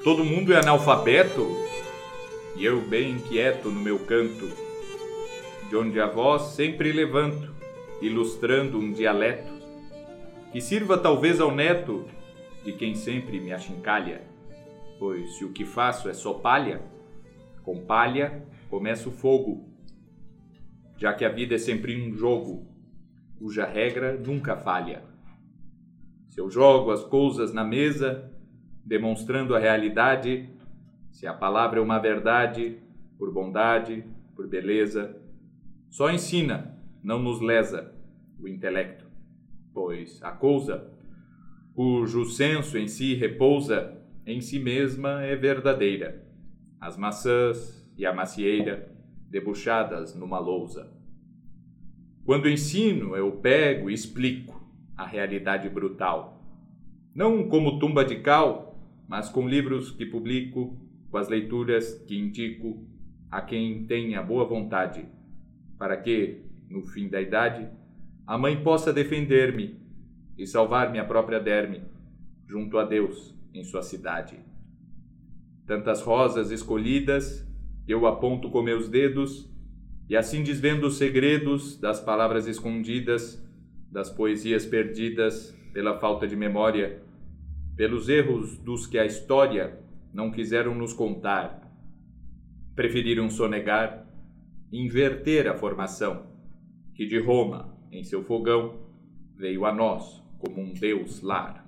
Todo mundo é analfabeto e eu bem quieto no meu canto, de onde a voz sempre levanto, ilustrando um dialeto que sirva talvez ao neto de quem sempre me achincalha, pois se o que faço é só palha, com palha começa o fogo, já que a vida é sempre um jogo, cuja regra nunca falha. Se eu jogo as coisas na mesa, demonstrando a realidade, se a palavra é uma verdade, por bondade, por beleza, só ensina, não nos lesa, o intelecto, pois a coisa, cujo senso em si repousa, em si mesma é verdadeira. As maçãs e a macieira, debuxadas numa lousa. Quando ensino, eu pego e explico a realidade brutal. Não como tumba de cal, mas com livros que publico, com as leituras que indico a quem tenha boa vontade, para que, no fim da idade, a mãe possa defender-me e salvar minha própria derme, junto a Deus em sua cidade. Tantas rosas escolhidas, eu aponto com meus dedos, e assim desvendo os segredos das palavras escondidas, das poesias perdidas pela falta de memória, pelos erros dos que a história não quiseram nos contar, preferiram sonegar, inverter a formação, que de Roma, em seu fogão, veio a nós como um Deus lar.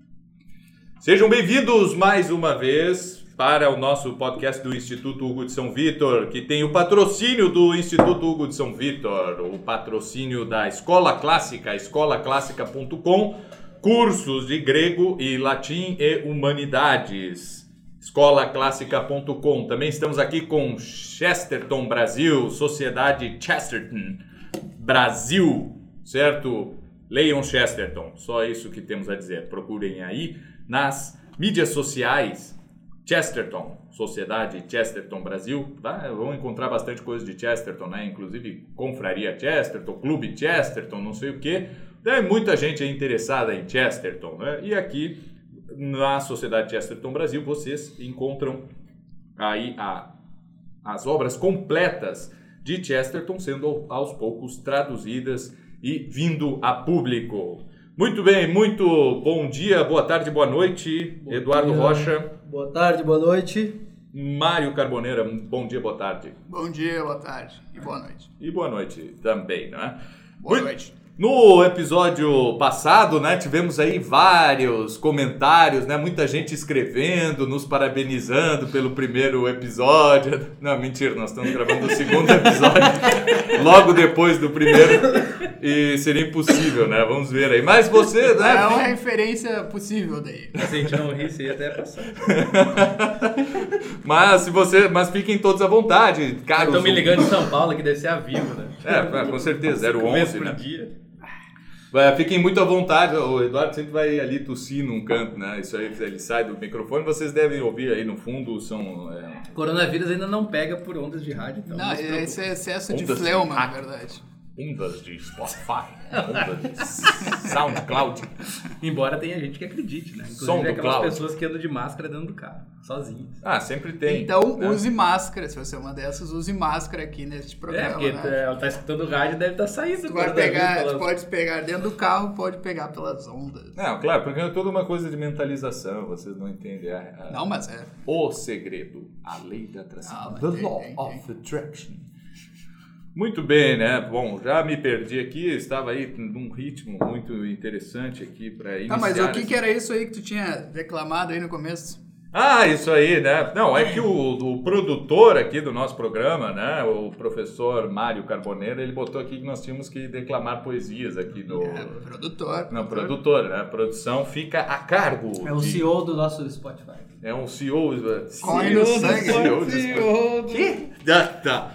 Sejam bem-vindos mais uma vez para o nosso podcast do Instituto Hugo de São Vítor, que tem o patrocínio do Instituto Hugo de São Vítor, o patrocínio da Escola Clássica, escolaclássica.com, cursos de grego e latim e humanidades. escolaclássica.com. Também estamos aqui com Chesterton Brasil, Sociedade Chesterton Brasil, certo? Leiam Chesterton, só isso que temos a dizer. Procurem aí nas mídias sociais Chesterton, Sociedade Chesterton Brasil, tá? Vão encontrar bastante coisa de Chesterton, né? Inclusive Confraria Chesterton, Clube Chesterton, não sei o que. Tem muita gente interessada em Chesterton, né? E aqui na Sociedade Chesterton Brasil vocês encontram aí as obras completas de Chesterton sendo aos poucos traduzidas e vindo a público. Muito bem, muito bom dia, boa tarde, boa noite, bom Eduardo dia. Rocha. Boa tarde, boa noite. Mário Carboneira, bom dia, boa tarde. Bom dia, boa tarde e boa noite. E boa noite também, né? Boa noite. No episódio passado, né, tivemos aí vários comentários, né, muita gente escrevendo, nos parabenizando pelo primeiro episódio. Não, mentira, nós estamos gravando o segundo episódio logo depois do primeiro e seria impossível, né, vamos ver aí. Mas você, né... É uma referência possível daí. Se a gente não rir, você ia até passar. Mas fiquem todos à vontade, caros... Estão me ligando de São Paulo, que deve ser a Vivo, né? É, com certeza, 011, né? Dia. Fiquem muito à vontade, o Eduardo sempre vai ali tossir num canto, né? Isso aí, ele sai do microfone, vocês devem ouvir aí no fundo, são... Coronavírus ainda não pega por ondas de rádio, então. Não, esse é excesso de Ondas fleuma, de na rádio. verdade. Ondas de Spotify, ondas de SoundCloud. Embora tenha gente que acredite, né? Som Inclusive do aquelas cloud. pessoas que andam de máscara dentro do carro, sozinhas. Ah, sempre tem. Então, né? use máscara. Se você é uma dessas, use máscara aqui neste programa. Porque né? ela tá escutando o rádio e deve estar saindo. Tu vai pegar, pode pegar dentro do carro, pode pegar pelas ondas. Não, claro, porque é toda uma coisa de mentalização, vocês não entendem. Não, mas é. O segredo, a lei da atração. mas The tem, law tem. of attraction. Muito bem, né? Bom, já me perdi aqui, estava aí num ritmo muito interessante aqui para iniciar. Tá, mas o que era isso aí que tu tinha reclamado aí no começo? Ah, isso aí, né? Não, é que o produtor aqui do nosso programa, né? O professor Mário Carboneira, ele botou aqui que nós tínhamos que declamar poesias aqui no... Produtor. Não, produtor, né? A produção fica a cargo. É o CEO do nosso Spotify. É um CEO... Corre no sangue. CEO do Spotify. Que? Tá.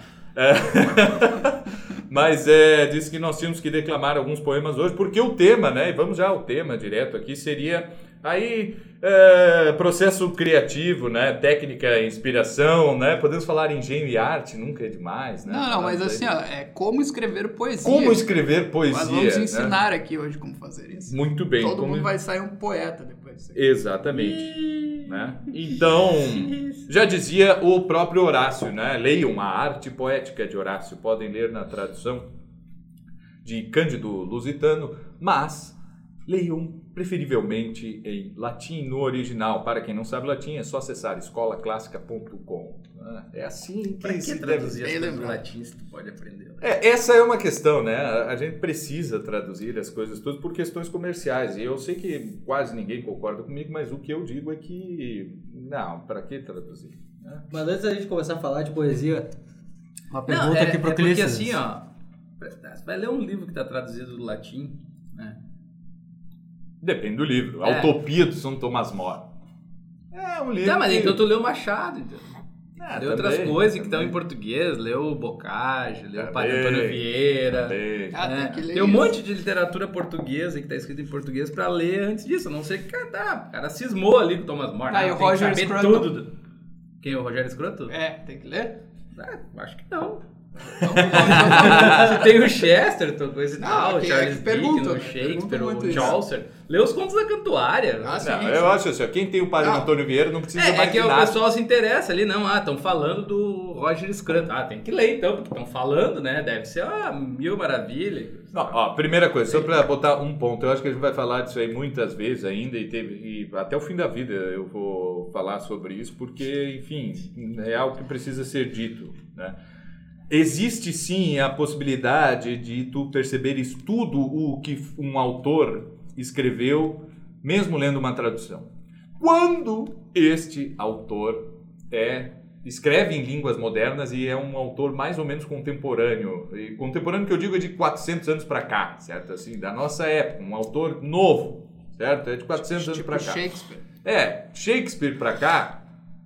Mas disse que nós tínhamos que declamar alguns poemas hoje, porque o tema, né? E vamos já ao tema direto aqui, seria Aí, processo criativo, né? Técnica, inspiração, né? Podemos falar engenho e arte, nunca é demais, né? Não, mas assim, ó, é como escrever poesia. Como escrever poesia. Nós vamos né? ensinar aqui hoje como fazer isso. Muito bem. Todo mundo vai sair um poeta depois disso. Exatamente. Né? Então, já dizia o próprio Horácio, né? Leiam a arte poética de Horácio. Podem ler na tradução de Cândido Lusitano, mas leiam preferivelmente em latim no original. Para quem não sabe latim, é só acessar escolaclássica.com. É assim Pra que que se traduzir deve... as coisas do latim se tu pode aprender? Essa é uma questão, né? A gente precisa traduzir as coisas todas por questões comerciais. E eu sei que quase ninguém concorda comigo, mas o que eu digo é que... Não, para que traduzir? Né? Mas antes da gente começar a falar de poesia, uma pergunta aqui pro Porque Clístenes. assim, ó, você vai ler um livro que está traduzido do latim, né? Depende do livro. A Utopia do São Tomás More. É um livro. Tá, mas então tu leu Machado, então. Leu outras também, coisas que estão em português, leu Bocage, leu Padre Antônio Vieira. Também. Tem que ler Tem um isso. monte de literatura portuguesa que tá escrito em português pra ler antes disso. A não sei que o cara cismou ali com o Thomas More. E Tem o que Roger saber Scruton? tudo. Quem é o Rogério Scruton? Tem que ler? Acho que não. Então, Você tem o Chesterton, coisa e Não, tal, o quem é Charles que pergunta? Dickens, o Shakespeare, Pergunta muito o isso. Chaucer. Lê os contos da Cantuária. sim, Não, sim. eu acho assim, ó, quem tem o Padre Não. Antônio Vieira não precisa É mais que de o nada. pessoal se interessa ali, não, estão falando do Roger Scruton. Tem que ler então, porque estão falando, né? Deve ser mil maravilhas. Não, ó, primeira coisa, só para botar um ponto, eu acho que a gente vai falar disso aí muitas vezes ainda e até o fim da vida eu vou falar sobre isso, porque, enfim, é algo que precisa ser dito, né? Existe sim a possibilidade de tu perceberes tudo o que um autor escreveu, mesmo lendo uma tradução. Quando este autor escreve em línguas modernas e é um autor mais ou menos contemporâneo. E contemporâneo que eu digo é de 400 anos para cá, certo? Assim, da nossa época, um autor novo, certo? É de 400 anos para cá. Shakespeare. Shakespeare para cá,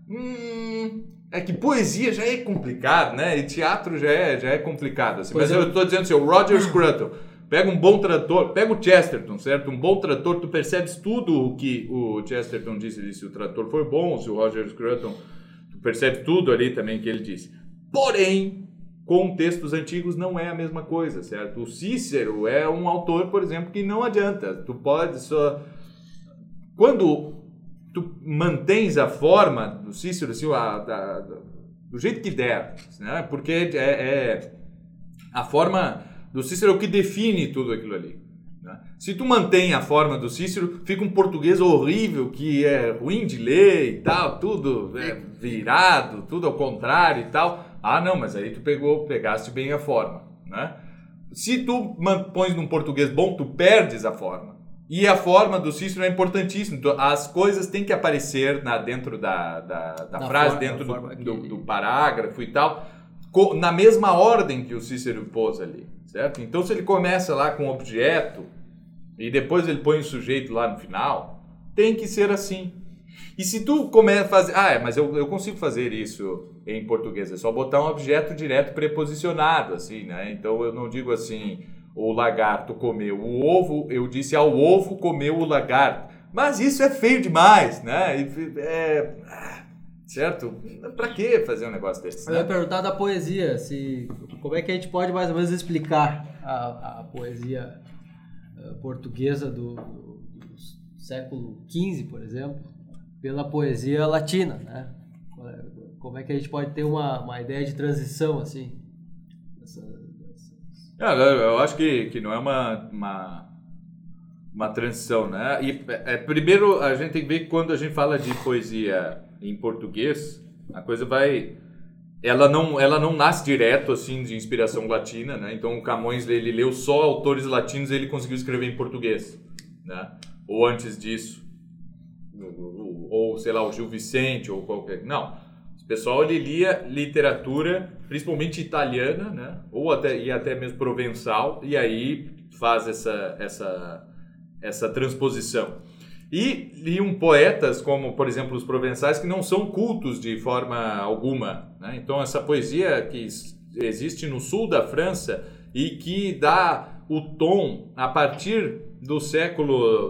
é que poesia já é complicado, né? E teatro já é complicado. Assim. Mas eu estou dizendo assim, o Roger Scruton, pega um bom tradutor, pega o Chesterton, certo? Um bom tradutor, tu percebes tudo o que o Chesterton disse, se o tradutor foi bom, se o Roger Scruton, tu percebe tudo ali também que ele disse. Porém, com textos antigos não é a mesma coisa, certo? O Cícero é um autor, por exemplo, que não adianta. Tu pode só... Quando tu mantens a forma do Cícero, assim, do jeito que der, né? Porque a forma do Cícero é o que define tudo aquilo ali. Né? Se tu mantém a forma do Cícero, fica um português horrível, que é ruim de ler e tal, tudo virado, tudo ao contrário e tal. Ah, não, mas aí tu pegaste bem a forma. Né? Se tu pões num português bom, tu perdes a forma. E a forma do Cícero é importantíssima. Então, as coisas têm que aparecer dentro da frase, dentro do parágrafo e tal, na mesma ordem que o Cícero pôs ali, certo? Então, se ele começa lá com objeto e depois ele põe o sujeito lá no final, tem que ser assim. E se tu começa a fazer... mas eu consigo fazer isso em português. É só botar um objeto direto preposicionado, assim, né? Então, eu não digo assim... O lagarto comeu o ovo, eu disse ao ovo comeu o lagarto. Mas isso é feio demais, né? Certo? Pra que fazer um negócio desse? Eu ia perguntar da poesia, como é que a gente pode mais ou menos explicar a poesia portuguesa do século XV, por exemplo, pela poesia latina, né? Como é que a gente pode ter uma ideia de transição, assim? Eu acho que não é uma transição, né? E primeiro a gente tem que ver que quando a gente fala de poesia em português, a coisa ela não nasce direto assim de inspiração latina, né? Então o Camões ele leu só autores latinos e ele conseguiu escrever em português, né? Ou antes disso, ou sei lá, o Gil Vicente ou qualquer, não. O pessoal ele lia literatura, principalmente italiana, né? Ou até mesmo provençal, e aí faz essa transposição. E liam poetas como, por exemplo, os provençais, que não são cultos de forma alguma, né? Então essa poesia que existe no sul da França e que dá o tom a partir do século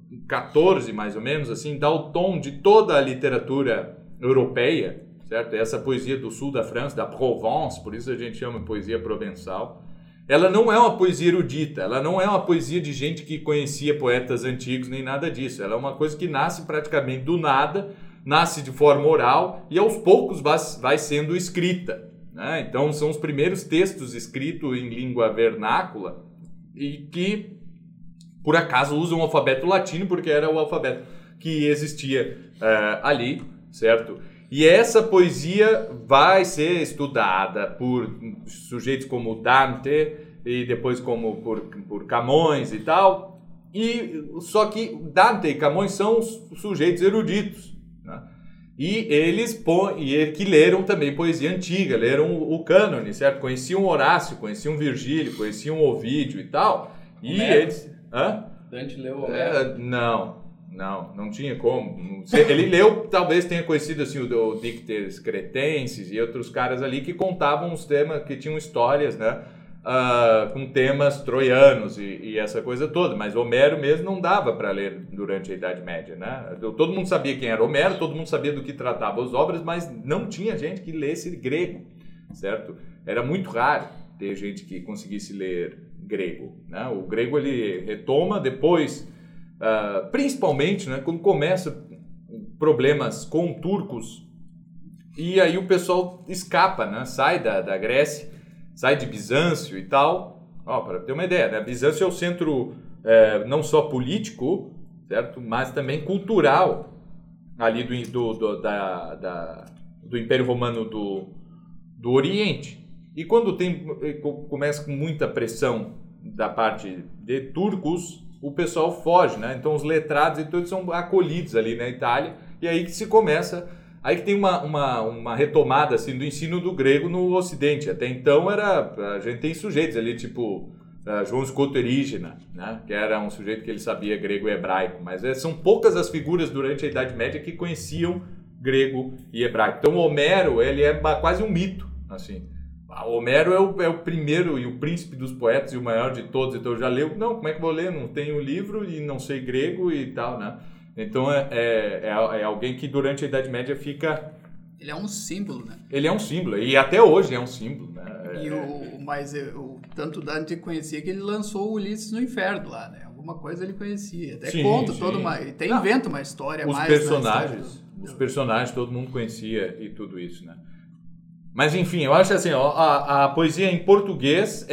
XIV, mais ou menos, assim, dá o tom de toda a literatura europeia, certo? Essa poesia do sul da França, da Provence, por isso a gente chama poesia provençal. Ela não é uma poesia erudita, ela não é uma poesia de gente que conhecia poetas antigos, nem nada disso. Ela é uma coisa que nasce praticamente do nada, nasce de forma oral e aos poucos vai sendo escrita, né? Então são os primeiros textos escritos em língua vernácula e que, por acaso, usam o alfabeto latino, porque era o alfabeto que existia ali, certo? E essa poesia vai ser estudada por sujeitos como Dante e depois como por Camões e tal. Só que Dante e Camões são sujeitos eruditos, né? E eles que leram também poesia antiga, leram o cânone, certo? Conheciam Horácio, conheciam Virgílio, conheciam Ovídio e tal. E eles... Hã? Dante leu Homero? Não tinha como. Ele leu, talvez tenha conhecido assim, o Dictes Cretenses e outros caras ali que contavam os temas, que tinham histórias, né? Com temas troianos e essa coisa toda. Mas Homero mesmo não dava para ler durante a Idade Média, né? Todo mundo sabia quem era Homero, todo mundo sabia do que tratava as obras, mas não tinha gente que lesse grego, certo? Era muito raro ter gente que conseguisse ler grego, né? O grego ele retoma depois... principalmente, né, quando começa problemas com turcos e aí o pessoal escapa, né, sai da Grécia, sai de Bizâncio e tal. Para ter uma ideia, né, Bizâncio é o centro não só político, certo, mas também cultural ali do Império Romano do Oriente. E quando começa com muita pressão da parte de turcos, o pessoal foge, né? Então os letrados e todos são acolhidos ali na Itália, e aí que se começa, aí que tem uma retomada assim, do ensino do grego no Ocidente. Até então a gente tem sujeitos ali, tipo João Scoto Erígena, né? Que era um sujeito que ele sabia grego e hebraico, mas são poucas as figuras durante a Idade Média que conheciam grego e hebraico. Então Homero, ele é quase um mito, assim. Homero é o primeiro e o príncipe dos poetas e o maior de todos, então eu já leio. Não, como é que eu vou ler? Não tenho livro e não sei grego e tal, né? Então é alguém que durante a Idade Média fica... Ele é um símbolo, né? Ele é um símbolo, e até hoje é um símbolo, né? Tanto Dante conhecia que ele lançou o Ulisses no Inferno lá, né? Alguma coisa ele conhecia, até conta toda uma... inventa uma história os mais... Os personagens todo mundo conhecia e tudo isso, né? Mas, enfim, eu acho assim, a poesia em português,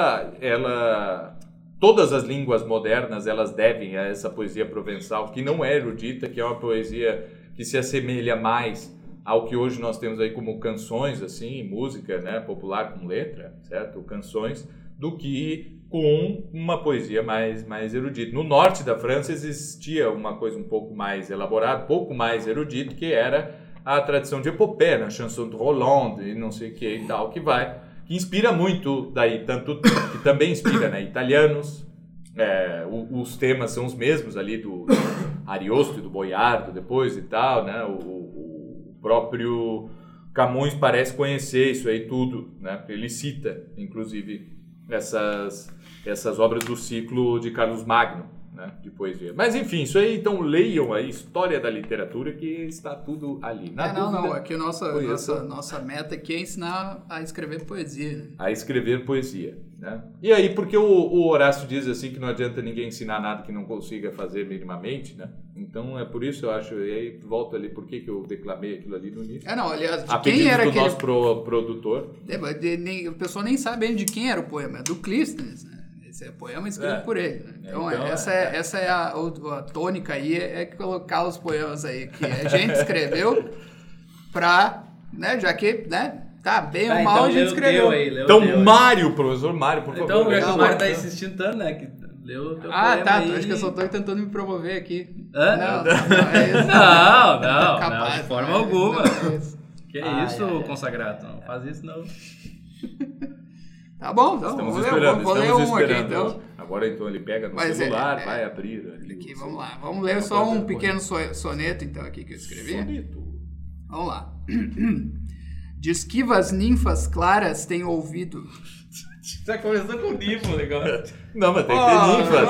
todas as línguas modernas, elas devem a essa poesia provençal, que não é erudita, que é uma poesia que se assemelha mais ao que hoje nós temos aí como canções, assim, música, né, popular com letra, certo? Canções, do que com uma poesia mais erudita. No norte da França existia uma coisa um pouco mais elaborada, um pouco mais erudita, que era a tradição de epopeia, né? Chanson de Roland e não sei o que e tal, que inspira muito daí, tanto que também inspira, né, italianos. Os temas são os mesmos ali do Ariosto e do Boiardo depois e tal, né? O próprio Camões parece conhecer isso aí tudo, né? Ele cita, inclusive, essas obras do ciclo de Carlos Magno, né, de poesia. Mas enfim, isso aí, então leiam a História da Literatura, que está tudo ali. Aqui a nossa meta aqui é ensinar a escrever poesia. Né? A escrever poesia, né? E aí, porque o Horácio diz assim que não adianta ninguém ensinar nada que não consiga fazer minimamente, né? Então é por isso, eu acho, e aí volto ali, por que eu declamei aquilo ali no início? Aliás, a quem era aquele... nosso produtor. O pessoal nem sabe ainda de quem era o poema, é do Clístenes, né? Esse é poema escrito por ele, né? Então essa é a tônica aí, é colocar os poemas aí que a gente escreveu pra, né, já que, né, tá bem ou mal, então, a gente escreveu. Mário, professor Mário, por favor. Então, o Mário tá insistindo tanto, né, que leu o teu poema aí. Acho que eu só tô tentando me promover aqui. Não, é isso. Não, de forma alguma. Que é isso, consagrado, não faz isso não. Tá bom, então vou ler um aqui, então. Agora, então, ele pega no celular, vai abrir. Aqui, vamos lá. Vamos ler só um pequeno soneto, então, aqui que eu escrevi. Soneto. Vamos lá. De esquivas ninfas claras tenho ouvido Já começou com ninfa o negócio. Não, mas tem que ter ninfas.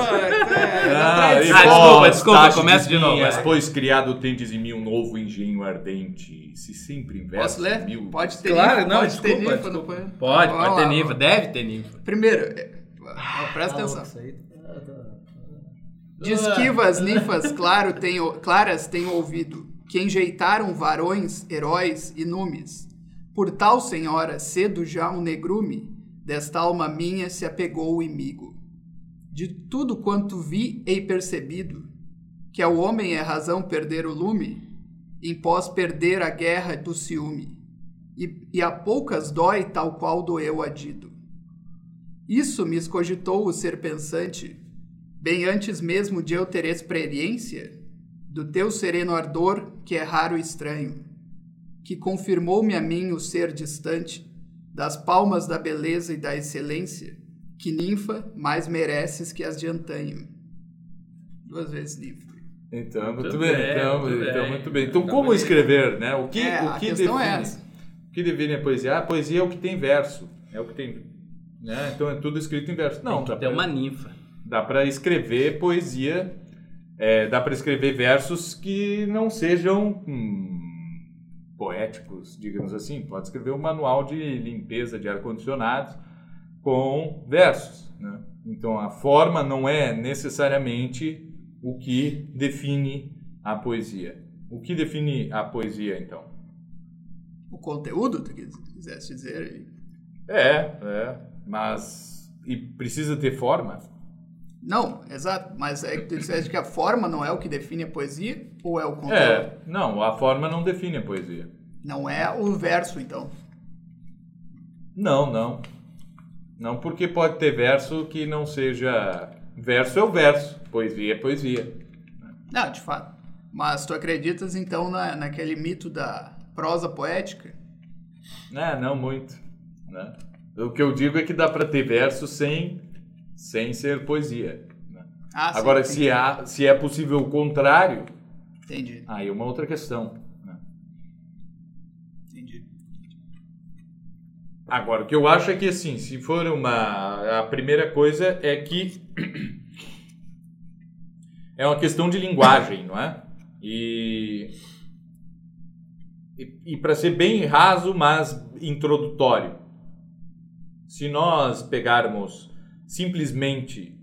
Desculpa, começa de novo. Mas pois criado tendes em mim um novo engenho ardente, se sempre inverso. Posso ler? Mil... Pode ter claro, ninfa, não, pode ter desculpa. ninfa no poema. Pode ter ninfa, deve ter ninfa. Primeiro, presta atenção. Isso aí De esquivas ninfas claras tenho ouvido, que enjeitaram varões, heróis e numes. Por tal senhora, cedo já um negrume, desta alma minha se apegou o imigo. De tudo quanto vi hei percebido, que ao homem é razão perder o lume, em pós perder a guerra do ciúme, e a poucas dói tal qual doeu a Dido. Isso me escogitou o ser pensante, bem antes mesmo de eu ter experiência do teu sereno ardor que é raro e estranho, que confirmou-me a mim o ser distante das palmas da beleza e da excelência, que ninfa mais mereces que as de antanho. 2 vezes ninfa. Então, muito bem. Então, como escrever, né? O que questão define? é essa. O que define a poesia? A poesia é o que tem verso, é o que tem, né? Então é tudo escrito em verso. Não, tem uma ninfa. Dá para escrever poesia, dá para escrever versos que não sejam poéticos, digamos assim. Pode escrever um manual de limpeza de ar-condicionado com versos, né? Então a forma não é necessariamente o que define a poesia. O que define a poesia, então? O conteúdo, tu quisesse dizer? Mas... E precisa ter forma? Não, exato. Mas é que tu disseste que a forma não é o que define a poesia? Ou é o conteúdo? Não, a forma não define a poesia. Não é o verso, então? Não, porque pode ter verso que não seja... Verso é o verso, poesia é poesia. Não, de fato. Mas tu acreditas, então, naquele mito da prosa poética? Não muito, né? O que eu digo é que dá para ter verso sem ser poesia, né? Agora, sim, se é possível o contrário, entendi. Aí é uma outra questão, né? Entendi. Agora, o que eu acho é que, assim, se for a primeira coisa é que é uma questão de linguagem, não é? E para ser bem raso, mas introdutório, se nós pegarmos simplesmente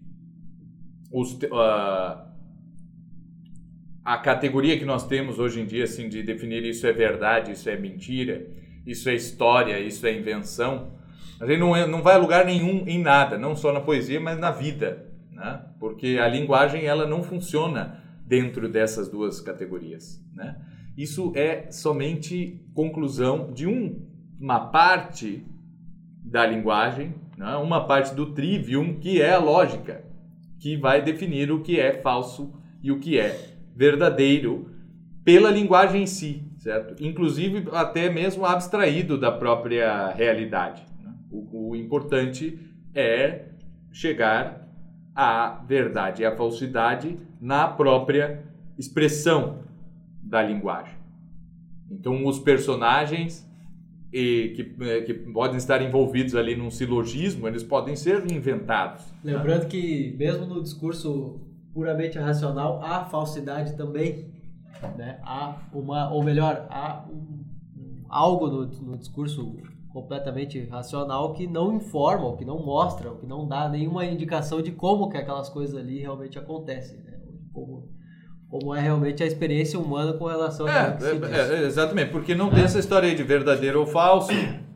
a categoria que nós temos hoje em dia, assim, de definir isso é verdade, isso é mentira, isso é história, isso é invenção, a gente não vai a lugar nenhum em nada, não só na poesia, mas na vida, né? Porque a linguagem ela não funciona dentro dessas duas categorias, né? Isso é somente conclusão de uma parte da linguagem, né? Uma parte do trivium, que é a lógica, que vai definir o que é falso e o que é verdadeiro pela linguagem em si, certo? Inclusive até mesmo abstraído da própria realidade, né? O importante é chegar à verdade e à falsidade na própria expressão da linguagem. Então os personagens que podem estar envolvidos ali num silogismo, eles podem ser inventados. Lembrando que mesmo no discurso puramente racional, há falsidade também, né? Há algo no discurso completamente racional que não informa, ou que não mostra, ou que não dá nenhuma indicação de como que aquelas coisas ali realmente acontecem, né? Como é realmente a experiência humana com relação a que se diz. Exatamente, porque não tem essa história aí de verdadeiro ou falso,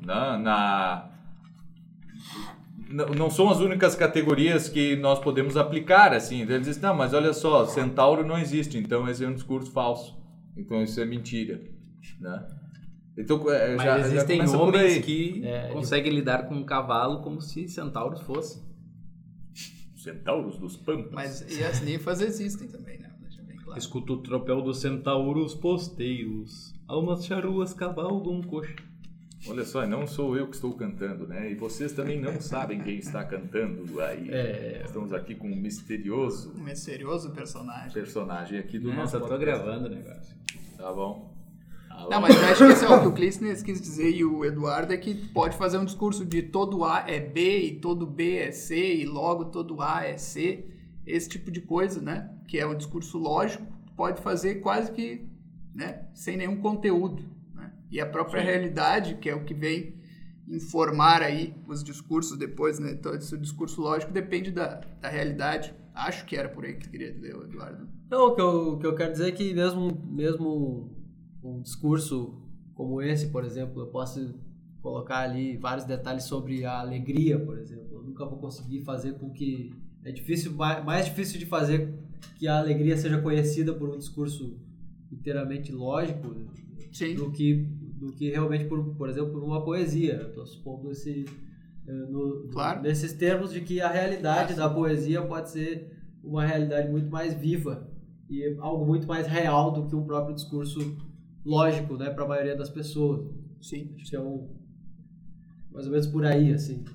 não são as únicas categorias que nós podemos aplicar, assim. Eles dizem, não, mas olha só, centauro não existe, então esse é um discurso falso, então isso é mentira, né? Então, mas existem homens que conseguem lidar com um cavalo como se centauros fossem. Centauros dos pampas. Mas e as ninfas existem também, né? Claro. Escuta o tropel dos centauros posteiros, almas charuas cavalgam coxa. Olha só, não sou eu que estou cantando, né? E vocês também não sabem quem está cantando aí. Estamos aqui com um misterioso personagem aqui do nosso podcast. Tô gravando o negócio. Tá bom. Não, mas eu acho que esse é o que o Clístenes quis dizer e o Eduardo é que pode fazer um discurso de todo A é B e todo B é C e logo todo A é C, esse tipo de coisa, né? Que é um discurso lógico, pode fazer quase que, né, sem nenhum conteúdo, né? E a própria realidade, que é o que vem informar aí os discursos depois, né? Então, esse discurso lógico depende da realidade. Acho que era por aí que tu queria dizer, Eduardo. Não, o que eu quero dizer é que mesmo um discurso como esse, por exemplo, eu posso colocar ali vários detalhes sobre a alegria, por exemplo. Eu nunca vou conseguir fazer com que... É difícil, mais difícil de fazer que a alegria seja conhecida por um discurso inteiramente lógico. Sim. do que realmente, por exemplo, por uma poesia. Eu estou supondo Claro. nesses termos de que a realidade da poesia pode ser uma realidade muito mais viva e algo muito mais real do que o próprio discurso lógico, né, para a maioria das pessoas. Sim. Acho que é mais ou menos por aí, assim.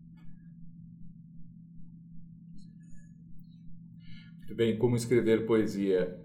Muito bem, como escrever poesia?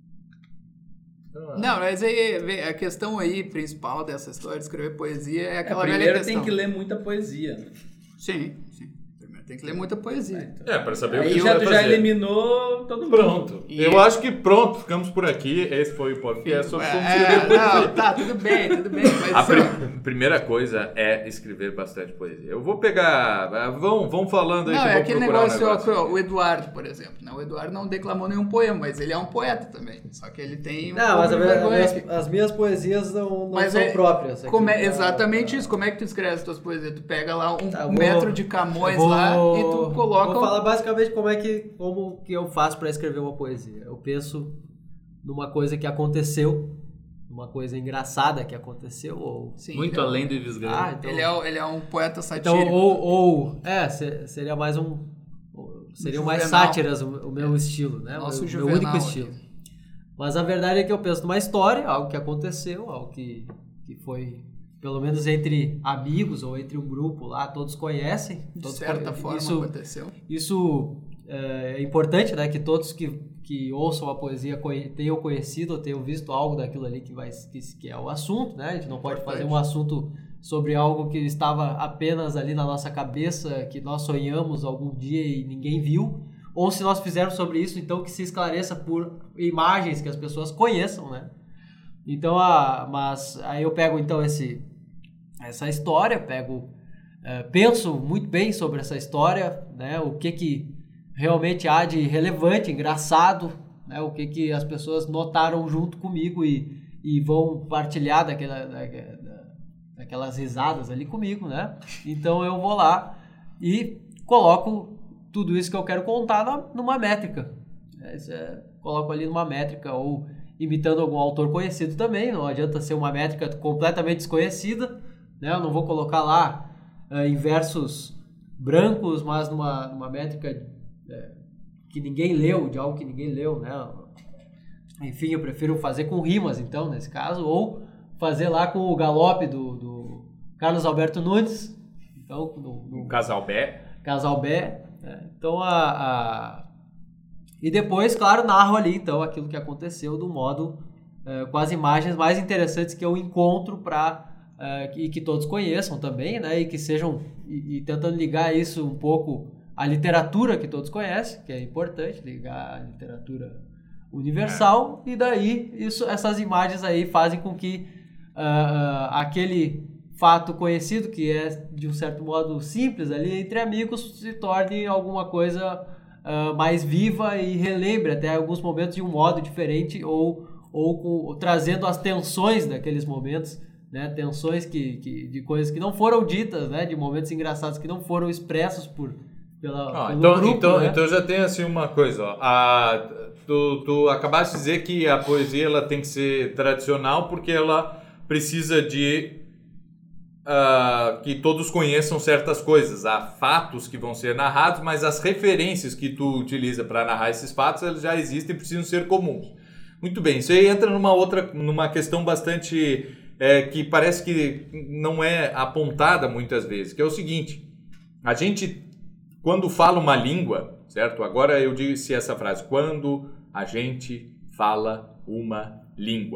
Não, mas aí a questão aí principal dessa história de escrever poesia é aquela velha primeiro questão. tem que ler muita poesia, né? Sim. Primeiro tem que ler muita poesia. Para saber o Aí que já, vai tu fazer. já eliminou todo mundo. Pronto. E- Eu acho que pronto, ficamos por aqui. Esse foi o podcast sobre como escrever poesia. Não, tá, tudo bem, mas... A primeira coisa é escrever bastante poesia. Eu vou pegar... Vão falando aí Não, que eu é vou aquele procurar negócio, um negócio. o Eduardo, por exemplo. Né? O Eduardo não declamou nenhum poema, mas ele é um poeta também. Só que ele tem um Não, mas pouco de vergonha. as minhas poesias não Mas são próprias. Como aqui. exatamente isso. Como é que tu escreve as tuas poesias? Tu pega lá Tá, um metro de Camões lá e tu coloca... Vou falar basicamente como que eu faço para escrever uma poesia. Eu penso numa coisa que aconteceu, uma coisa engraçada que aconteceu, ou... Sim, Muito ele é- além do Ives Gandhi. então... Ele é um poeta Então, satírico. seria mais seriam mais Juvenal. sátiras o meu estilo, né? Nosso Meu Juvenal único aqui. estilo. Mas a verdade é que eu penso numa história, algo que aconteceu, algo que foi, pelo menos entre amigos ou entre um grupo lá, todos conhecem. De Todos certa forma aconteceu. Isso é importante, né? Que todos que ouçam a poesia tenham conhecido ou tenham visto algo daquilo ali que é o assunto, né? A gente não pode fazer um assunto sobre algo que estava apenas ali na nossa cabeça, que nós sonhamos algum dia e ninguém viu. Ou se nós fizermos sobre isso, então que se esclareça por imagens que as pessoas conheçam, né? Então, mas aí eu pego então essa história, penso muito bem sobre essa história, né? O que realmente há de relevante, engraçado, né? O que as pessoas notaram junto comigo e vão partilhar daquelas risadas ali comigo, né? Então eu vou lá e coloco tudo isso que eu quero contar numa métrica. Coloco ali numa métrica ou imitando algum autor conhecido também, não adianta ser uma métrica completamente desconhecida, né? Eu não vou colocar lá em versos brancos, mas numa métrica que ninguém leu, de algo que ninguém leu, né? Enfim, eu prefiro fazer com rimas, então, nesse caso, ou fazer lá com o galope do Carlos Alberto Nunes, então, no Casalbé. Então, e depois, claro, narro ali, então, aquilo que aconteceu do modo, com as imagens mais interessantes que eu encontro e que todos conheçam também, né, e que sejam, e tentando ligar isso um pouco à literatura que todos conhecem, que é importante, ligar à literatura universal, e daí, essas imagens aí fazem com que aquele fato conhecido, que é de um certo modo simples ali entre amigos, se torne alguma coisa mais viva e relembre até alguns momentos de um modo diferente ou trazendo as tensões daqueles momentos, né? Tensões de coisas que não foram ditas, né? De momentos engraçados que não foram expressos pelo grupo, né? Então já tem assim uma coisa, ó. Tu acabaste de dizer que a poesia ela tem que ser tradicional porque ela precisa de que todos conheçam certas coisas. Há fatos que vão ser narrados, mas as referências que tu utiliza para narrar esses fatos elas já existem e precisam ser comuns. Muito bem, isso aí entra numa questão bastante que parece que não é apontada muitas vezes, que é o seguinte: a gente, quando fala uma língua, certo? Agora eu disse essa frase: quando a gente fala uma língua.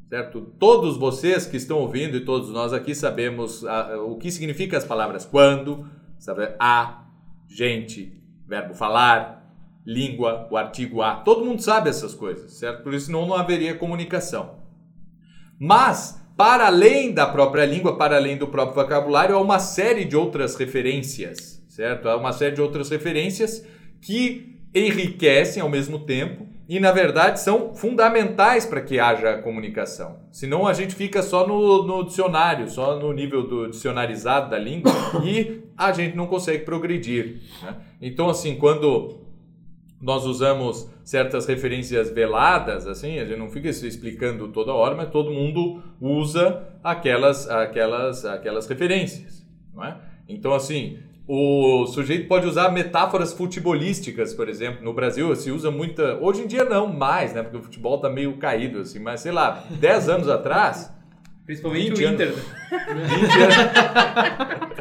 certo? Todos vocês que estão ouvindo e todos nós aqui sabemos o que significa as palavras quando, sabe? A, gente, verbo falar, língua, o artigo a. Todo mundo sabe essas coisas, certo? Por isso não haveria comunicação. Mas, para além da própria língua, para além do próprio vocabulário, há uma série de outras referências, certo? Há uma série de outras referências que enriquecem ao mesmo tempo e, na verdade, são fundamentais para que haja comunicação. Senão a gente fica só no dicionário, só no nível do dicionarizado da língua e a gente não consegue progredir, né? Então, assim, quando nós usamos certas referências veladas, assim, a gente não fica se explicando toda hora, mas todo mundo usa aquelas referências, não é? Então, assim, o sujeito pode usar metáforas futebolísticas, por exemplo. No Brasil se usa muita... Hoje em dia não mais, né? Porque o futebol tá meio caído, assim. Mas, sei lá, 10 anos atrás... Principalmente o Inter. 20 anos...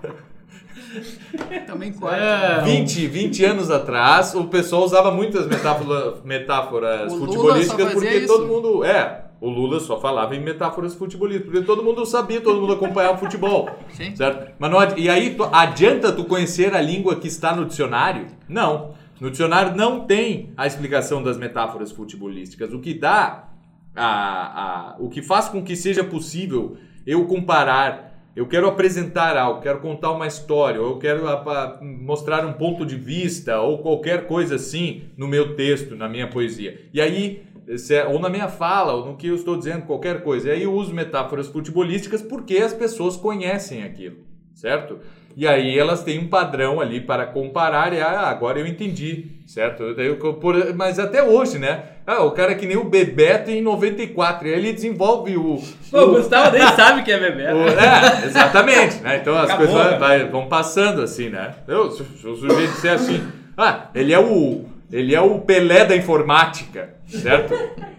Também quase. 20 anos atrás, o pessoal usava muitas metáforas futebolísticas porque todo mundo... O Lula só falava em metáforas futebolísticas, porque todo mundo sabia, todo mundo acompanhava o futebol. Sim. Certo? Mas não, e aí, adianta tu conhecer a língua que está no dicionário? Não. No dicionário não tem a explicação das metáforas futebolísticas. O que dá, o que faz com que seja possível eu comparar, eu quero apresentar algo, quero contar uma história, ou eu quero mostrar um ponto de vista, ou qualquer coisa assim no meu texto, na minha poesia. E aí... ou na minha fala, ou no que eu estou dizendo, qualquer coisa. E aí eu uso metáforas futebolísticas porque as pessoas conhecem aquilo, certo? E aí elas têm um padrão ali para comparar e agora eu entendi, certo? Mas até hoje, né? O cara que nem o Bebeto em 94, ele desenvolve o Gustavo nem sabe que é Bebeto. Exatamente, né? Então as coisas vão passando assim, né? Se o sujeito disser assim, ele é o Pelé da informática, certo?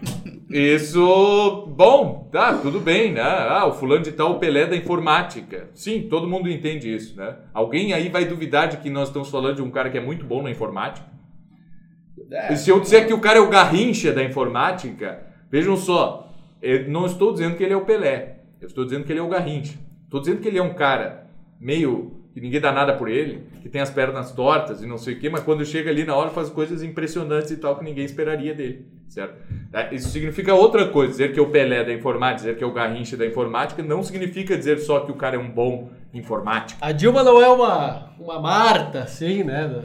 Isso, bom, tá, tudo bem, né? O fulano de tal, o Pelé da informática. Sim, todo mundo entende isso, né? Alguém aí vai duvidar de que nós estamos falando de um cara que é muito bom na informática? E se eu disser que o cara é o Garrincha da informática, vejam só, eu não estou dizendo que ele é o Pelé, eu estou dizendo que ele é o Garrincha. Estou dizendo que ele é um cara meio... que ninguém dá nada por ele, que tem as pernas tortas e não sei o quê, mas quando chega ali na hora faz coisas impressionantes e tal que ninguém esperaria dele, certo? Isso significa outra coisa, dizer que é o Pelé da informática, dizer que é o Garrincha da informática, não significa dizer só que o cara é um bom informático. A Dilma não é uma Marta, assim, né?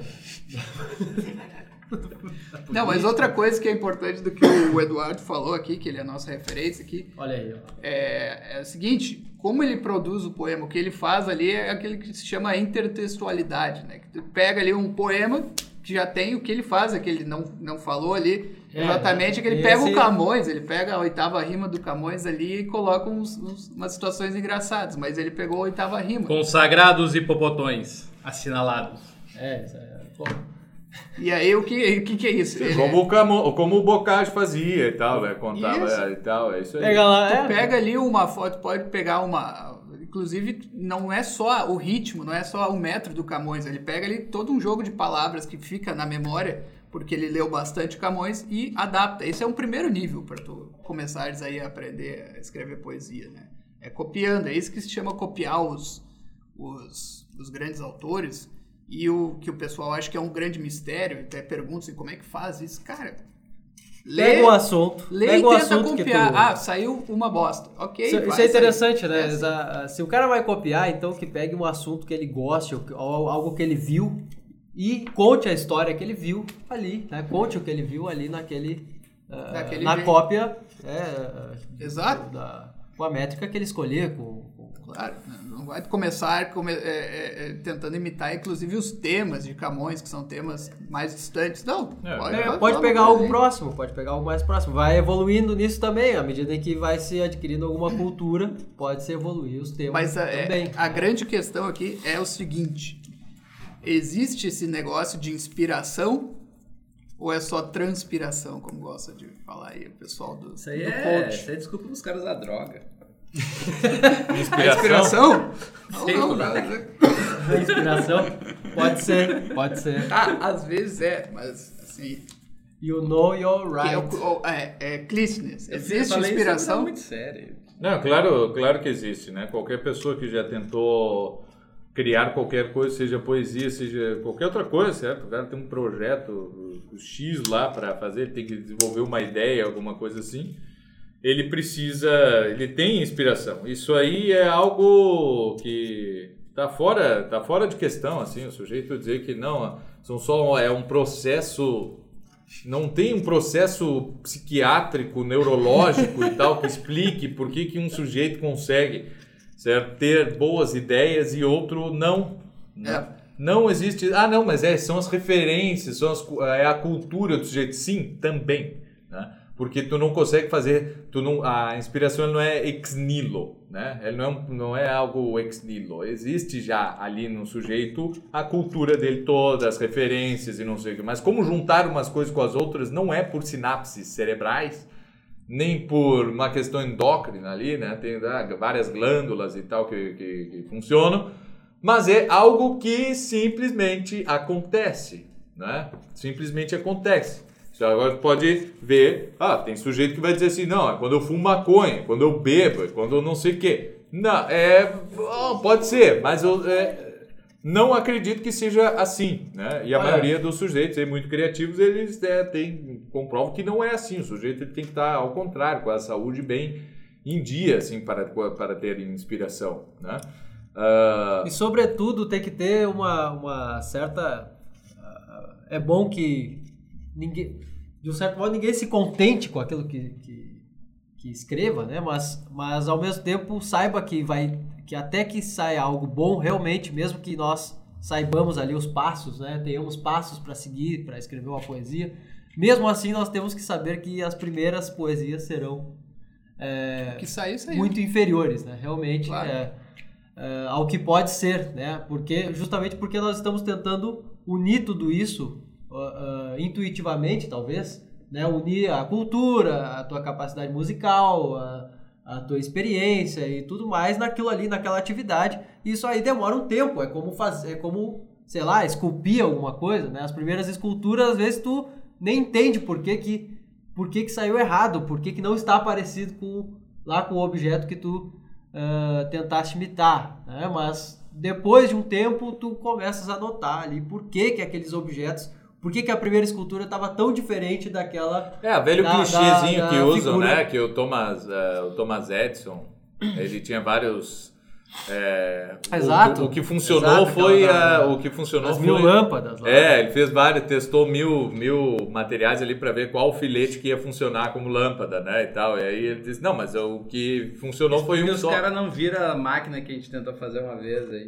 Não, mas outra coisa que é importante do que o Eduardo falou aqui, que ele é a nossa referência aqui, olha aí, ó. É o seguinte, como ele produz o poema, o que ele faz ali é aquele que se chama intertextualidade, né? Que tu pega ali um poema que já tem o que ele faz, é que ele não falou ali, exatamente, é que ele pega o Camões, ele pega a 8ª rima do Camões ali e coloca umas situações engraçadas, mas ele pegou a 8ª rima. Consagrados hipopotões assinalados. Pô. E aí, o que é isso? Como o Bocage fazia e tal, né? Contava e tal, é isso aí. Tu pega ali uma foto, pode pegar uma... Inclusive, não é só o ritmo, não é só o metro do Camões, ele pega ali todo um jogo de palavras que fica na memória, porque ele leu bastante Camões e adapta. Esse é um primeiro nível para tu começares aí a aprender a escrever poesia, né? É copiando, é isso que se chama copiar os grandes autores. E o que o pessoal acha que é um grande mistério, até perguntam assim, como é que faz isso? Cara, pega o assunto. Lê e tenta copiar. Saiu uma bosta. Ok, isso é interessante, né? Se o cara vai copiar, então que pegue um assunto que ele goste, ou algo que ele viu, e conte a história que ele viu ali, né? Conte o que ele viu ali na cópia. Exato. Com a métrica que ele escolher, Claro, não vai começar tentando imitar, inclusive, os temas de Camões, que são temas mais distantes. Não, pode pegar algo próximo, pode pegar algo mais próximo. Vai evoluindo nisso também, à medida em que vai se adquirindo alguma cultura, pode se evoluir os temas também. A grande questão aqui é o seguinte, existe esse negócio de inspiração ou é só transpiração, como gosta de falar aí o pessoal do Isso aí coach? é desculpa dos caras da droga. Inspiração? Inspiração? Pode ser. Às vezes mas assim... You know your right. Que é Clístenes. Eu Existe falei inspiração? Isso muito sério. Não, claro que existe, né? Qualquer pessoa que já tentou criar qualquer coisa, seja poesia, seja qualquer outra coisa, certo? O cara tem um projeto X lá para fazer, ele tem que desenvolver uma ideia, alguma coisa assim. Ele tem inspiração. Isso aí é algo que tá fora de questão, assim, o sujeito dizer que não, é um processo, não tem um processo psiquiátrico, neurológico e tal que explique por que um sujeito consegue, certo, ter boas ideias e outro não. Não existe, não, mas são as referências, é a cultura do sujeito, sim, também, né? Porque tu não consegue fazer, a inspiração não é ex nihilo, né? Ele não é algo ex nihilo. Existe já ali no sujeito a cultura dele toda, as referências e não sei o que. Mas como juntar umas coisas com as outras não é por sinapses cerebrais, nem por uma questão endócrina ali, né? Tem várias glândulas e tal que funcionam, mas é algo que simplesmente acontece, né? Simplesmente acontece. Você agora pode ver, tem sujeito que vai dizer assim, não, é quando eu fumo maconha, quando eu bebo, é quando eu não sei o quê. Não, pode ser, mas eu não acredito que seja assim, né? E a maioria dos sujeitos aí, muito criativos, eles comprovam que não é assim. O sujeito ele tem que estar, ao contrário, com a saúde bem em dia, assim, para ter inspiração, né? E, sobretudo, tem que ter uma certa... É bom que ninguém, de um certo modo, ninguém se contente com aquilo que escreva, né? Mas ao mesmo tempo saiba que até que saia algo bom realmente, mesmo que nós saibamos ali os passos, né? Tenhamos passos para seguir, para escrever uma poesia, mesmo assim nós temos que saber que as primeiras poesias serão que saiu. Muito inferiores, né? Realmente, claro. Ao que pode ser, né? Justamente porque nós estamos tentando unir tudo isso intuitivamente, talvez, né? Unir a cultura, a tua capacidade musical, a tua experiência e tudo mais naquilo ali, naquela atividade. Isso aí demora um tempo, é como, sei lá, esculpir alguma coisa, né? As primeiras esculturas, às vezes, tu nem entende por que saiu errado, por que não está parecido com o objeto que tu tentaste imitar, né? Mas depois de um tempo, tu começas a notar ali por que aqueles objetos... Por que a primeira escultura estava tão diferente daquela... Velho clichêzinho que usam, figura, né? Que o Thomas Edison, ele tinha vários... Exato. O que funcionou foi... o que funcionou as foi... 1000 lâmpadas. Lá. Ele fez testou mil materiais ali para ver qual filete que ia funcionar como lâmpada, né? E tal. E aí ele disse, não, mas o que funcionou foi um só. Os caras não viram a máquina que a gente tentou fazer uma vez aí.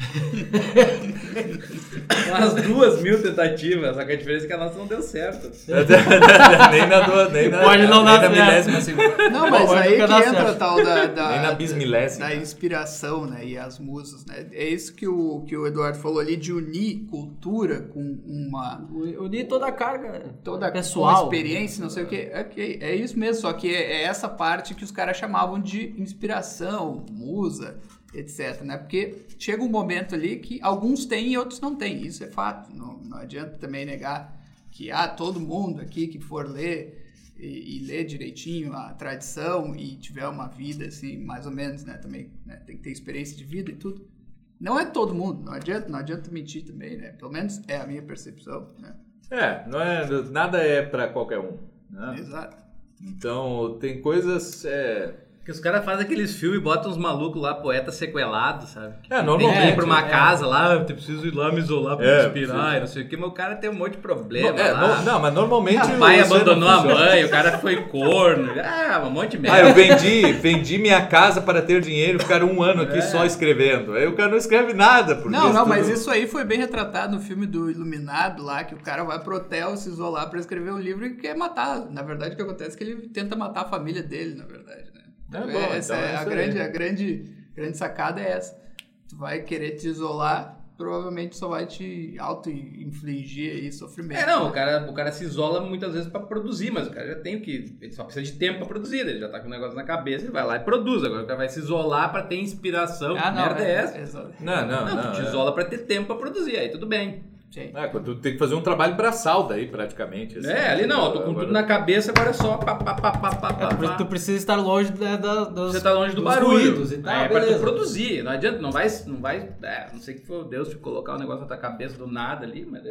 Umas 2000 tentativas, só que a diferença é que a nossa não deu certo. nem Pode não dar certo. milésima segunda. Não, mas aí que entra a tal nem na bismilésima. Da inspiração, né, e as musas, né? É isso que o Eduardo falou ali, de unir cultura com uma... Unir toda a carga toda pessoal. Experiência, não sei o que. É isso mesmo, só que é essa parte que os caras chamavam de inspiração, musa, etc, né? Porque chega um momento ali que alguns têm e outros não têm. Isso é fato. Não adianta também negar que todo mundo aqui que for ler e ler direitinho a tradição e tiver uma vida assim, mais ou menos, né? Também, né? Tem que ter experiência de vida e tudo. Não é todo mundo. Não adianta mentir também, né? Pelo menos é a minha percepção, né? Nada é para qualquer um, né? Exato. Então, tem coisas... Porque os caras fazem aqueles filmes e botam uns malucos lá, poetas sequelados, sabe? Normalmente. Tem que ir pra uma casa lá, eu preciso ir lá me isolar pra me inspirar e não sei o que, mas o cara tem um monte de problema lá. Não, mas normalmente... O pai abandonou a mãe, o cara foi corno, um monte de merda. Eu vendi minha casa para ter dinheiro, ficaram 1 ano aqui só escrevendo. Aí o cara não escreve nada. Mas isso aí foi bem retratado no filme do Iluminado lá, que o cara vai pro hotel se isolar pra escrever um livro e quer matar. Na verdade, o que acontece é que ele tenta matar a família dele, na verdade, né? A grande sacada é essa. Tu vai querer te isolar, provavelmente só vai te auto-infligir aí sofrimento. O cara se isola muitas vezes pra produzir, mas o cara já tem ele só precisa de tempo pra produzir, ele já tá com o negócio na cabeça, ele vai lá e produz. Agora o cara vai se isolar pra ter inspiração, que merda é essa? Não. Tu te isola pra ter tempo pra produzir, aí tudo bem. Sim. Quando tu tem que fazer um trabalho braçal daí, praticamente. Assim, ali não, eu tô com tudo na cabeça, agora é só Tu precisa estar longe Você tá longe do dos barulho. ruídos e tal, Pra tu beleza. produzir. Não adianta, não vai, não sei que foi Deus te colocar um negócio na tua cabeça do nada ali, mas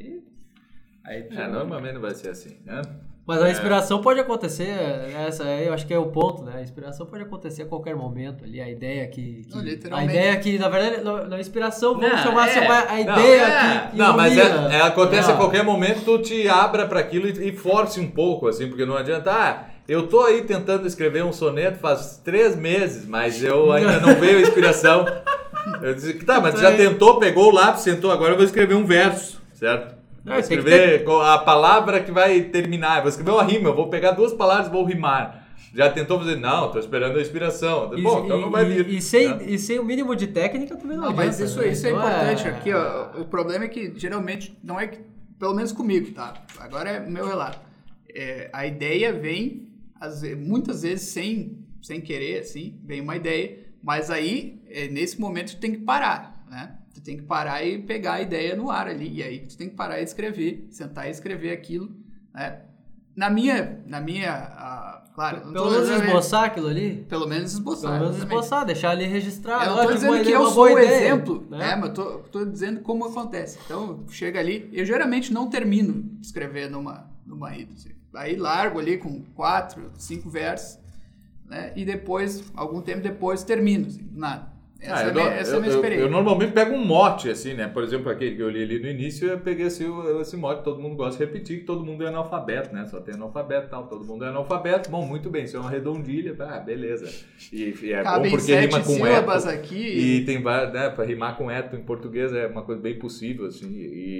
aí normalmente não vai ser assim, né? Mas a inspiração pode acontecer, essa aí eu acho que é o ponto, né? A inspiração pode acontecer a qualquer momento ali, a ideia que Não, a literalmente. ideia que, na verdade, na inspiração, vamos Não, chamar assim, a Não, ideia que Não, mas ilumina. acontece Não. a qualquer momento, tu te abra para aquilo e force um pouco, assim, porque não adianta, eu tô aí tentando escrever um soneto faz 3 meses, mas eu ainda não veio a inspiração. Eu disse, tá, mas tu já tentou, pegou o lápis, sentou, agora eu vou escrever um verso, certo? Vou escrever a palavra que vai terminar, vou escrever uma rima, eu vou pegar 2 palavras e vou rimar. Já tentou fazer? Não, tô esperando a inspiração. Bom, então não vai vir. E sem o mínimo de técnica também não adianta. Mas isso né? é Então importante aqui, ó. O problema é que geralmente não é que, pelo menos comigo, tá? Agora é o meu relato. A ideia vem, muitas vezes sem querer, assim, vem uma ideia, mas aí, nesse momento, tu tem que parar, né? Tu tem que parar e pegar a ideia no ar ali, e aí tu tem que parar e escrever, sentar e escrever aquilo, né? Na minha claro... Pelo menos esboçar aquilo ali? Pelo menos esboçar. Pelo menos esboçar, deixar ali registrado. Eu não tô dizendo que eu sou o exemplo, né? Mas tô dizendo como acontece. Então, chega ali, eu geralmente não termino de escrever numa ida, assim. Aí largo ali com 4, 5 versos, né? E depois, algum tempo depois, termino, assim, do nada. Essa é a minha experiência. Eu normalmente pego um mote, assim, né? Por exemplo, aquele que eu li ali no início, eu peguei esse mote, todo mundo gosta de repetir, que todo mundo é analfabeto, né? Só tem analfabeto e tal, todo mundo é analfabeto. Bom, muito bem, isso é uma redondilha, beleza. E é Cabe bom porque rima com sílabas eto. Aqui. E tem várias, né? Pra rimar com eto em português é uma coisa bem possível, assim.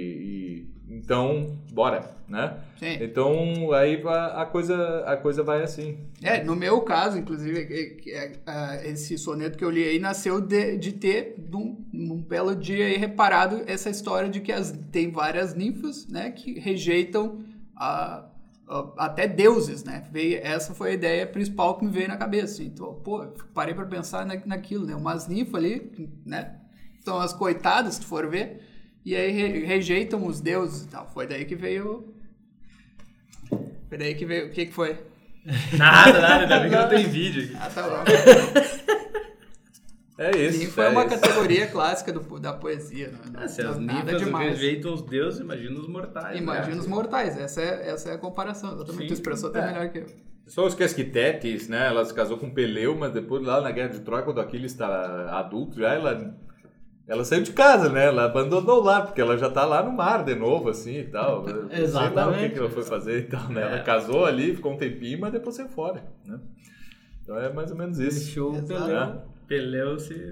Então, bora, né? Sim. Então, aí a coisa vai assim. No meu caso, inclusive, esse soneto que eu li aí nasceu de ter, num belo dia aí, reparado essa história de que tem várias ninfas, né, que rejeitam até deuses, né? Essa foi a ideia principal que me veio na cabeça. Então, parei para pensar naquilo, né? Umas ninfas ali, né? Então, as coitadas, se tu for ver, e aí rejeitam os deuses e tal. Foi daí que veio... O que foi? Nada, ainda bem que não tem vídeo aqui. Tá bom. É isso. Ninfa é uma categoria clássica da poesia. Não, se as nada ninfas demais. rejeitam os deuses, imagina os mortais. Imagina os mortais. Essa é a comparação. Exatamente. Tu expressou até melhor que eu. Só esquece que Tétis, né? Ela se casou com Peleu, mas depois lá na Guerra de Troia, quando Aquiles está adulto, já ela saiu de casa, né? Ela abandonou o lar, porque ela já tá lá no mar de novo, assim, e tal. Exatamente. Sei lá o que ela foi fazer e tal, né? Ela casou ali, ficou um tempinho, mas depois saiu fora, né? Então é mais ou menos isso. Deixou o Peleu. Peleu se...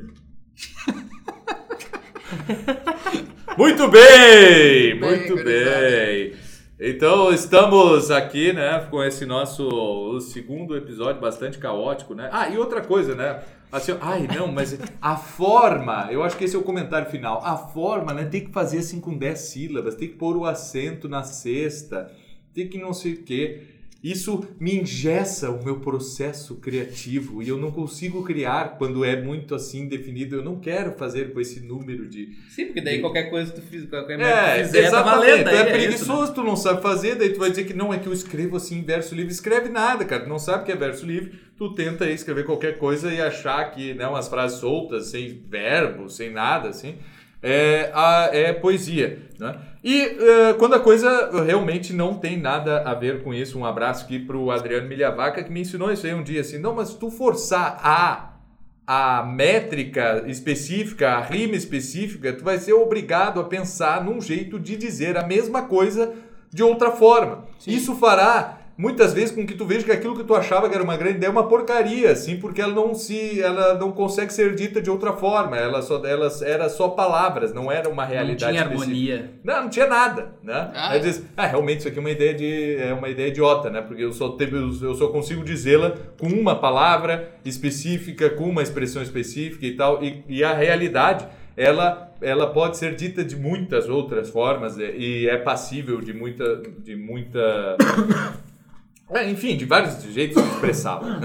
Muito bem! Muito bem! Então, estamos aqui, né, com esse nosso segundo episódio bastante caótico, né? E outra coisa, né? Assim, mas a forma, eu acho que esse é o comentário final. A forma, né, tem que fazer assim com 10 sílabas, tem que pôr o acento na sexta, tem que não sei o quê. Isso me engessa o meu processo criativo e eu não consigo criar quando é muito assim definido. Eu não quero fazer com esse número de... Sim, porque daí qualquer coisa que tu fizer, exatamente. tá valendo. Tu é preguiçoso, tu não sabe fazer, daí tu vai dizer que não, é que eu escrevo assim em verso livre. Escreve nada, cara. Tu não sabe o que é verso livre. Tu tenta aí escrever qualquer coisa e achar que, né, umas frases soltas, sem verbo, sem nada, assim, é poesia, né? E quando a coisa realmente não tem nada a ver com isso, um abraço aqui pro Adriano Milhavaca, que me ensinou isso aí um dia, assim, não, mas se tu forçar a métrica específica, a rima específica, tu vai ser obrigado a pensar num jeito de dizer a mesma coisa de outra forma. Sim. Isso fará muitas vezes com que tu veja que aquilo que tu achava que era uma grande ideia é uma porcaria, assim, porque ela não consegue ser dita de outra forma. Ela era só palavras, não era uma realidade. Não tinha harmonia. Não tinha nada, né? Aí diz, realmente isso aqui é uma ideia idiota, né? Porque eu só consigo dizê-la com uma palavra específica, com uma expressão específica e tal, e a realidade, ela pode ser dita de muitas outras formas e é passível de muita enfim, de vários jeitos de expressá-la, né?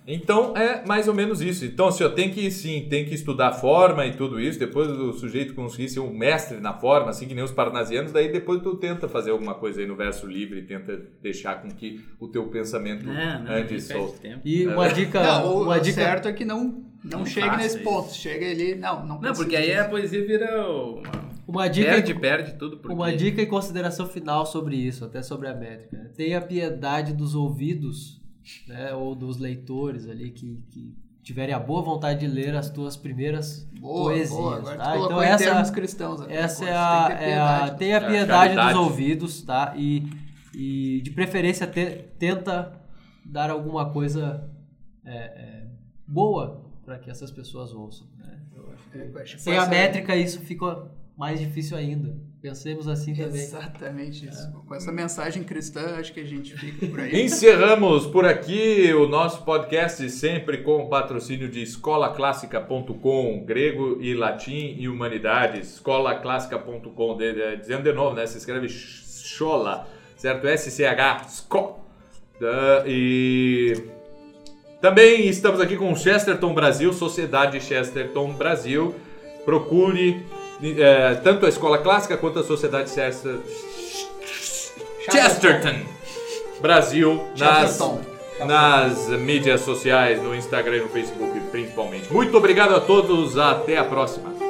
Então é mais ou menos isso. Então, assim, tem que estudar a forma e tudo isso. Depois o sujeito conseguir ser um mestre na forma, assim que nem os parnasianos, daí depois tu tenta fazer alguma coisa aí no verso livre, tenta deixar com que o teu pensamento ande solto. E uma dica... o certo é que não chegue nesse ponto. Chega ali, não porque aí a poesia vira uma dica, perde tudo. Porque... Uma dica e consideração final sobre isso, até sobre a métrica. Tenha piedade dos ouvidos, né, ou dos leitores ali que tiverem a boa vontade de ler as tuas primeiras poesias. Agora tá? Então em termos cristãos. Essa tenha piedade dos ouvidos, tá? E de preferência tenta dar alguma coisa boa para que essas pessoas ouçam. Né? Sem a métrica isso fica mais difícil ainda. Pensemos assim também. Exatamente isso. Com essa mensagem cristã, acho que a gente fica por aí. Encerramos por aqui o nosso podcast, sempre com o patrocínio de escolaclassica.com, grego e latim e humanidades. Escolaclassica.com, dizendo de novo, né? Se escreve Schola, certo? SCH, SCO. E também estamos aqui com o Chesterton Brasil, Sociedade Chesterton Brasil. Procure tanto a Escola Clássica quanto a Sociedade Chesterton Brasil nas mídias sociais, no Instagram e no Facebook principalmente. Muito obrigado a todos, até a próxima.